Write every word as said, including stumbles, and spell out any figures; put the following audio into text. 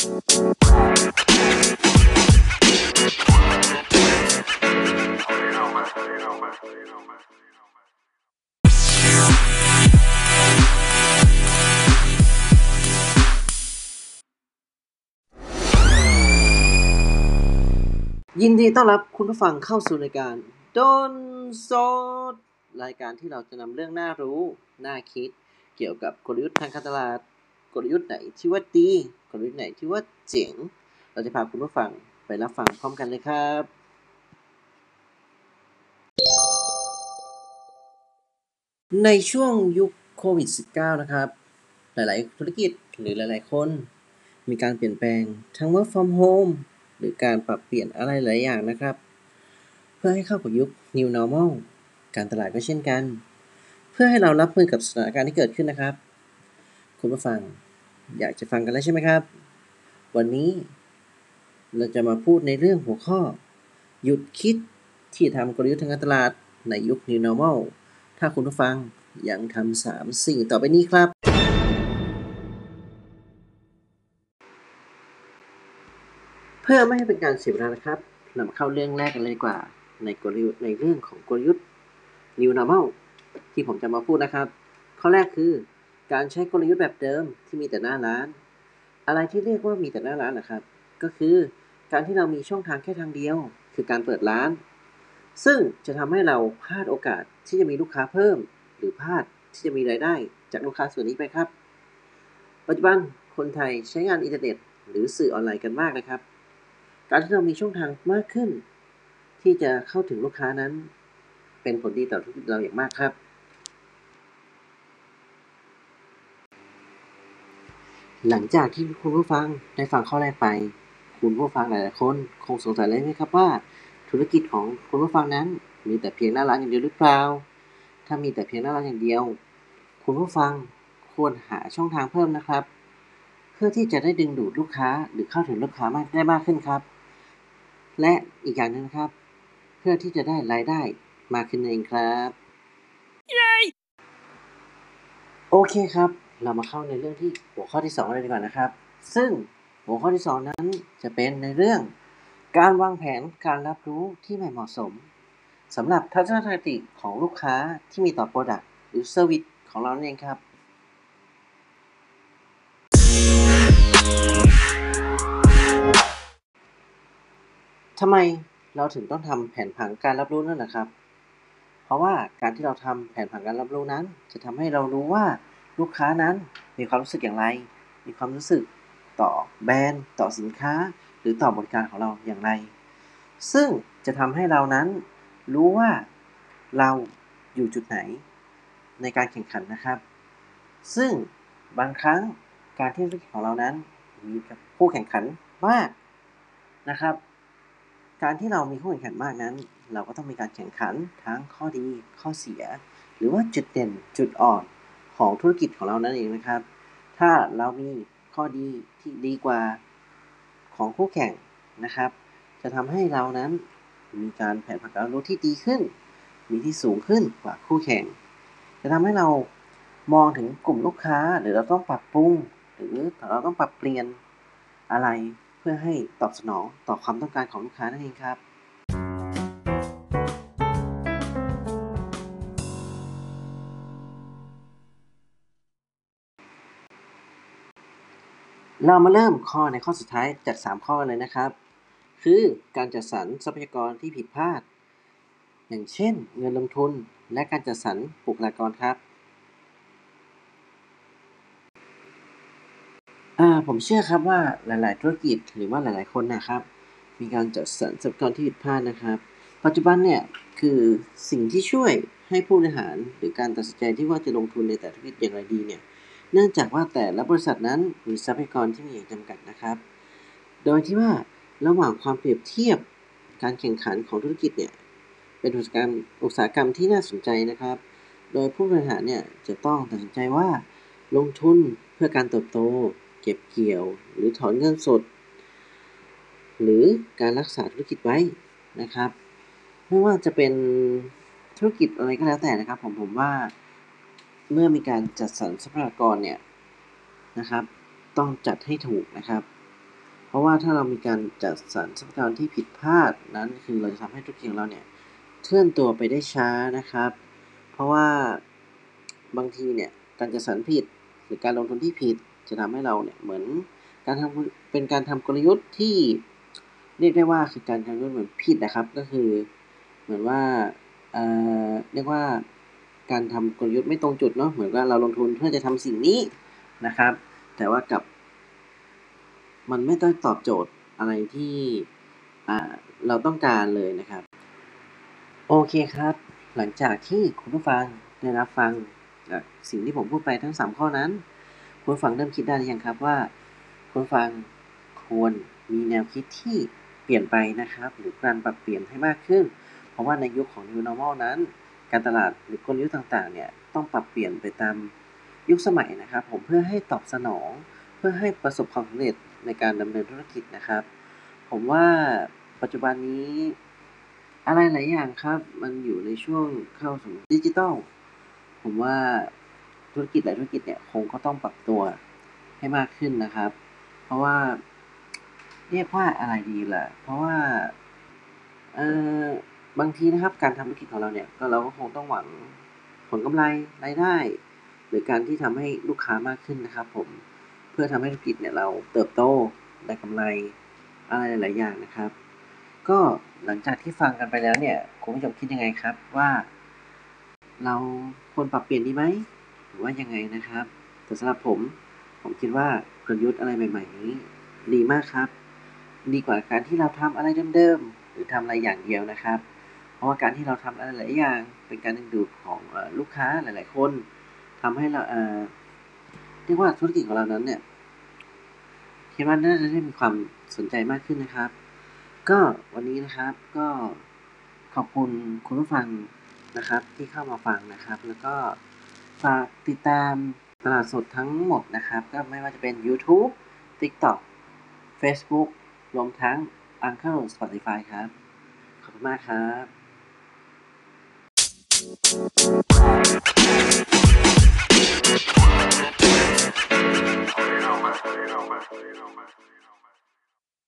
ยินดีต้อนรับคุณผู้ฟังเข้าสู่รายการดนโซดรายการที่เราจะนำเรื่องน่ารู้น่าคิดเกี่ยวกับกลยุทธ์ทางการตลาดกลยุทธ์ไหนที่ว่าดีกลยุทธ์ไหนที่ว่าเจ๋งเราจะพาคุณผู้ฟังไปรับฟังพร้อมกันเลยครับในช่วงยุคโควิด สิบเก้า นะครับหลายๆธุรกิจหรือหลายๆคนมีการเปลี่ยนแปลงทั้ง work from home หรือการปรับเปลี่ยนอะไรหลายอย่างนะครับเพื่อให้เข้ากับยุค new normal การตลาดก็เช่นกันเพื่อให้เรารับมือกับสถานการณ์ที่เกิดขึ้นนะครับคุณผู้ฟังอยากจะฟังกันแล้วใช่ไหมครับวันนี้เราจะมาพูดในเรื่องหัวข้อหยุดคิดที่ทำกลยุทธ์ทางการตลาดในยุค new normal ถ้าคุณผู้ฟังยังทำสามสิ่งต่อไปนี้ครับเพื่อไม่ให้เป็นการเสียเวลานะครับเรามาเข้าเรื่องแรกกันเลยดีกว่าในกลยุทธ์ในเรื่องของกลยุทธ์ new normal ที่ผมจะมาพูดนะครับข้อแรกคือการใช้กลยุทธ์แบบเดิมที่มีแต่หน้าร้านอะไรที่เรียกว่ามีแต่หน้าร้านนะครับก็คือการที่เรามีช่องทางแค่ทางเดียวคือการเปิดร้านซึ่งจะทำให้เราพลาดโอกาสที่จะมีลูกค้าเพิ่มหรือพลาดที่จะมีรายได้จากลูกค้าส่วนนี้ไปครับปัจจุบันคนไทยใช้งานอินเทอร์เน็ตหรือสื่อออนไลน์กันมากนะครับการที่เรามีช่องทางมากขึ้นที่จะเข้าถึงลูกค้านั้นเป็นผลดีต่อธุรกิจเราอย่างมากครับหลังจากที่คุณผู้ฟังได้ฟังข้อแรกไปคุณผู้ฟังหลายๆคนคงสงสัยเลยไหมครับว่าธุรกิจของคุณผู้ฟังนั้นมีแต่เพียงหน้าร้านอย่างเดียวหรือเปล่าถ้ามีแต่เพียงหน้าร้านอย่างเดียวคุณผู้ฟังควรหาช่องทางเพิ่มนะครับเพื่อที่จะได้ดึงดูดลูกค้าหรือเข้าถึงลูกค้ามากได้มากขึ้นครับและอีกอย่างนึงครับเพื่อที่จะได้รายได้มากขึ้นเองครับโอเคครับเรามาเข้าในเรื่องที่หัวข้อที่สองเลยดีกว่านะครับซึ่งหัวข้อที่สองนั้นจะเป็นในเรื่องการวางแผนการรับรู้ที่ไม่เหมาะสมสำหรับทัศนคติของลูกค้าที่มีต่อ Product หรือ Service ของเราเองครับทำไมเราถึงต้องทำแผนผังการรับรู้นั่นนะครับเพราะว่าการที่เราทำแผนผังการรับรู้นั้นจะทำให้เรารู้ว่าลูกค้านั้นมีความรู้สึกอย่างไรมีความรู้สึกต่อแบรนด์ต่อสินค้าหรือต่อบริการของเราอย่างไรซึ่งจะทำให้เรานั้นรู้ว่าเราอยู่จุดไหนในการแข่งขันนะครับซึ่งบางครั้งการที่ธุรกิจของเรานั้นมีคู่แข่งขันมากนะครับการที่เรามีคู่แข่งขันมากนั้นเราก็ต้องมีการแข่งขันทั้งข้อดีข้อเสียหรือว่าจุดเด่นจุดอ่อนของธุรกิจของเรานั่นเองนะครับถ้าเรามีข้อดีที่ดีกว่าของคู่แข่งนะครับจะทำให้เรานั้นมีการแผนผังการรู้ที่ดีขึ้นมีที่สูงขึ้นกว่าคู่แข่งจะทำให้เรามองถึงกลุ่มลูกค้าหรือเราต้องปรับปรุงหรือเราต้องปรับเปลี่ยนอะไรเพื่อให้ตอบสนองต่อความต้องการของลูกค้านั่นเองครับเรามาเริ่มข้อในข้อสุดท้ายจากสามข้อเลยนะครับคือการจัดสรรทรัพยากรที่ผิดพลาดอย่างเช่นเงินลงทุนและการจัดสรรบุคลากรครับอ่าผมเชื่อครับว่าหลายๆธุรกิจหรือว่าหลายๆคนนะครับมีการจัดสรรทรัพยากรที่ผิดพลาดนะครับปัจจุบันเนี่ยคือสิ่งที่ช่วยให้ผู้บริหารหรือการตัดสินใจที่ว่าจะลงทุนในแต่ละธุรกิจอย่างไรดีเนี่ยเนื่องจากว่าแต่ละบริษัทนั้นมีทรัพยากรที่มีอย่างจำกัดนะครับโดยที่ว่าระหว่างความเปรียบเทียบการแข่งขันของธุรกิจเนี่ยเป็นอุตสาหกรรมอุตสาหกรรมที่น่าสนใจนะครับโดยผู้บริหารเนี่ยจะต้องตัดสินใจว่าลงทุนเพื่อการเติบโตเก็บเกี่ยวหรือถอนเงินสดหรือการรักษาธุรกิจไว้นะครับไม่ว่าจะเป็นธุรกิจอะไรก็แล้วแต่นะครับผมผมว่าเมื่อมีการจัดสรรทรัพยากรเนี่ยนะครับต้องจัดให้ถูกนะครับราะว่าถ้าเรามีการจัดสรรทรัพยากรที่ผิดพลาดนั้นคือเราจะทำให้ธุรกิจของเราเนี่ยเคลื่อนตัวไปได้ช้านะครับเพราะว่าบางทีเนี่ยการจัดสรรผิดหรือการลงทุนที่ผิดจะทำให้เราเนี่ยเหมือนการทำเป็นการทำกลยุทธ์ที่เรียกได้ว่าคือการทำกลยุทธ์เหมือนผิดนะครับก็คือเหมือนว่าเอ่อเรียกว่าการทำกลยุทธ์ไม่ตรงจุดเนาะเหมือนว่าเราลงทุนเพื่อจะทำสิ่งนี้นะครับแต่ว่ากับมันไม่ได้ตอบโจทย์อะไรที่อ่าเราต้องการเลยนะครับโอเคครับหลังจากที่คุณผู้ฟังได้รับฟังจากสิ่งที่ผมพูดไปทั้งสามข้อนั้นคุณผู้ฟังเริ่มคิดได้หรือยังครับว่าคุณผู้ฟังควรมีแนวคิดที่เปลี่ยนไปนะครับหรือการปรับเปลี่ยนให้มากขึ้นเพราะว่าในยุคของ New Normal นั้นการตลาดหรือกลยุทธ์ต่างๆเนี่ยต้องปรับเปลี่ยนไปตามยุคสมัยนะครับผมเพื่อให้ตอบสนองเพื่อให้ประสบความสำเร็จในการดำเนินธุรกิจนะครับผมว่าปัจจุบันนี้อะไรหลายอย่างครับมันอยู่ในช่วงเข้าสู่ดิจิทัลผมว่าธุรกิจหลายธุรกิจเนี่ยคงก็ต้องปรับตัวให้มากขึ้นนะครับเพราะว่าเรียกว่าอะไรดีล่ะเพราะว่าเอ่อบางทีนะครับการทำธุรกิจของเราเนี่ยก็เราก็คงต้องหวังผลกำไรรายได้หรือการที่ทำให้ลูกค้ามากขึ้นนะครับผมเพื่อทำให้ธุรกิจเนี่ยเราเติบโตได้กำไรอะไรหลายๆอย่างนะครับก็หลังจากที่ฟังกันไปแล้วเนี่ยคุณผู้ชมคิดยังไงครับว่าเราควรปรับเปลี่ยนดีไหมหรือว่ายังไงนะครับแต่สำหรับผมผมคิดว่ากลยุทธ์อะไรใหม่ๆนี้ดีมากครับดีกว่าการที่เราทำอะไรเดิมๆหรือทำอะไรอย่างเดียวนะครับเพราะว่าการที่เราทำอะไรหลายอย่างเป็นการดึงดูดของเอ่อลูกค้าหลายๆคนทำให้เราเอ่อเรียกว่าธุรกิจของเรานั้นเนี่ยคิดว่าน่าจะได้มีความสนใจมากขึ้นนะครับก็วันนี้นะครับก็ขอบคุณคุณผู้ฟังนะครับที่เข้ามาฟังนะครับแล้วก็ฝากติดตามตลาดสดทั้งหมดนะครับก็ไม่ว่าจะเป็นยูทูบ TikTok เฟซบุ๊กรวมทั้ง Anchor Spotify ครับขอบคุณมากครับ